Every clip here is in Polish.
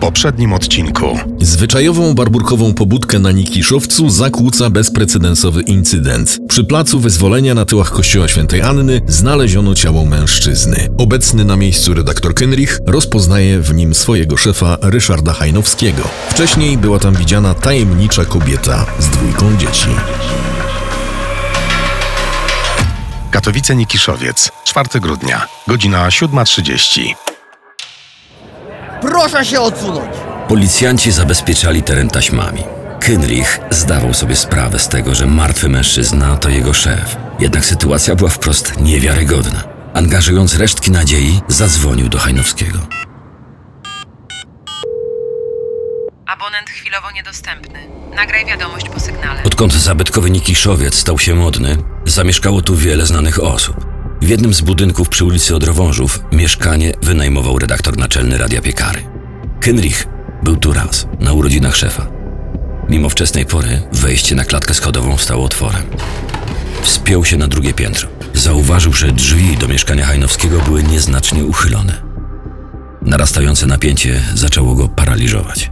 poprzednim odcinku. Zwyczajową barburkową pobudkę na Nikiszowcu zakłóca bezprecedensowy incydent. Przy placu Wyzwolenia na tyłach kościoła Świętej Anny znaleziono ciało mężczyzny. Obecny na miejscu redaktor Kenrich rozpoznaje w nim swojego szefa Ryszarda Hajnowskiego. Wcześniej była tam widziana tajemnicza kobieta z 2 dzieci. Katowice-Nikiszowiec, 4 grudnia, godzina 7:30. Proszę się odsunąć! Policjanci zabezpieczali teren taśmami. Kenrich zdawał sobie sprawę z tego, że martwy mężczyzna to jego szef. Jednak sytuacja była wprost niewiarygodna. Angażując resztki nadziei, zadzwonił do Hajnowskiego. Abonent chwilowo niedostępny. Nagraj wiadomość po sygnale. Odkąd zabytkowy Nikiszowiec stał się modny, zamieszkało tu wiele znanych osób. W jednym z budynków przy ulicy Odrowążów mieszkanie wynajmował redaktor naczelny Radia Piekary. Kenrich był tu raz, na urodzinach szefa. Mimo wczesnej pory wejście na klatkę schodową stało otworem. Wspiął się na 2 piętro. Zauważył, że drzwi do mieszkania Hajnowskiego były nieznacznie uchylone. Narastające napięcie zaczęło go paraliżować.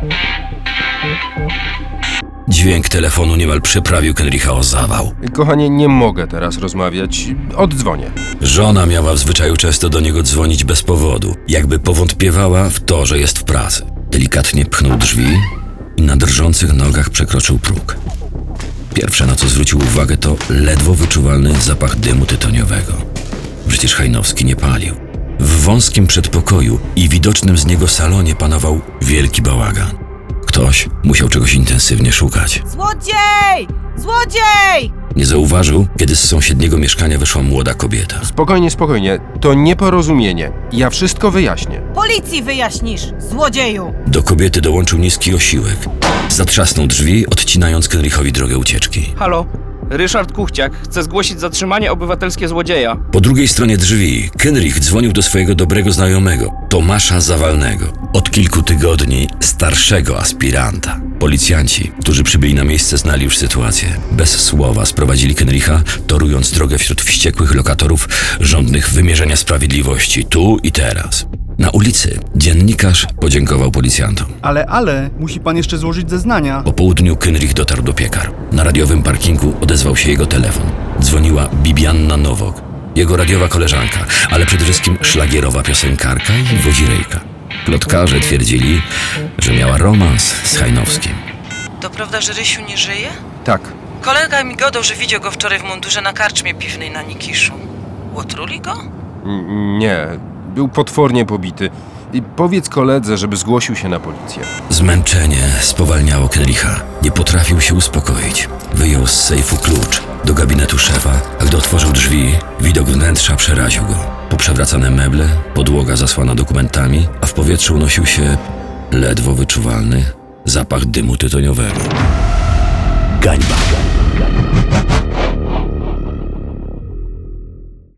Dźwięk telefonu niemal przyprawił Kenricha o zawał. Kochanie, nie mogę teraz rozmawiać. Oddzwonię. Żona miała w zwyczaju często do niego dzwonić bez powodu, jakby powątpiewała w to, że jest w pracy. Delikatnie pchnął drzwi i na drżących nogach przekroczył próg. Pierwsze, na co zwrócił uwagę, to ledwo wyczuwalny zapach dymu tytoniowego. Przecież Hajnowski nie palił. W wąskim przedpokoju i widocznym z niego salonie panował wielki bałagan. Ktoś musiał czegoś intensywnie szukać. Złodziej! Złodziej! Nie zauważył, kiedy z sąsiedniego mieszkania wyszła młoda kobieta. Spokojnie, spokojnie. To nieporozumienie. Ja wszystko wyjaśnię. Policji wyjaśnisz, złodzieju! Do kobiety dołączył niski osiłek. Zatrzasnął drzwi, odcinając Kenrichowi drogę ucieczki. Halo, Ryszard Kuchciak. Chcę zgłosić zatrzymanie obywatelskie złodzieja. Po drugiej stronie drzwi Kenrich dzwonił do swojego dobrego znajomego, Tomasza Zawalnego. Od kilku tygodni starszego aspiranta. Policjanci, którzy przybyli na miejsce, znali już sytuację. Bez słowa sprowadzili Kenricha, torując drogę wśród wściekłych lokatorów żądnych wymierzenia sprawiedliwości tu i teraz. Na ulicy dziennikarz podziękował policjantom. Ale, musi pan jeszcze złożyć zeznania. Po południu Kenrich dotarł do Piekar. Na radiowym parkingu odezwał się jego telefon. Dzwoniła Bibianna Nowok, jego radiowa koleżanka, ale przede wszystkim szlagierowa piosenkarka i wodzirejka. Plotkarze twierdzili, że miała romans z Hajnowskim. To prawda, że Rysiu nie żyje? Tak. Kolega mi gadał, że widział go wczoraj w mundurze na karczmie piwnej na Nikiszu. Łotruli go? Nie. Był potwornie pobity. I powiedz koledze, żeby zgłosił się na policję. Zmęczenie spowalniało Kenricha. Nie potrafił się uspokoić. Wyjął z sejfu klucz do gabinetu szefa, a gdy otworzył drzwi, widok wnętrza przeraził go. Poprzewracane meble, podłoga zasłana dokumentami, a w powietrzu unosił się ledwo wyczuwalny zapach dymu tytoniowego. Gańba.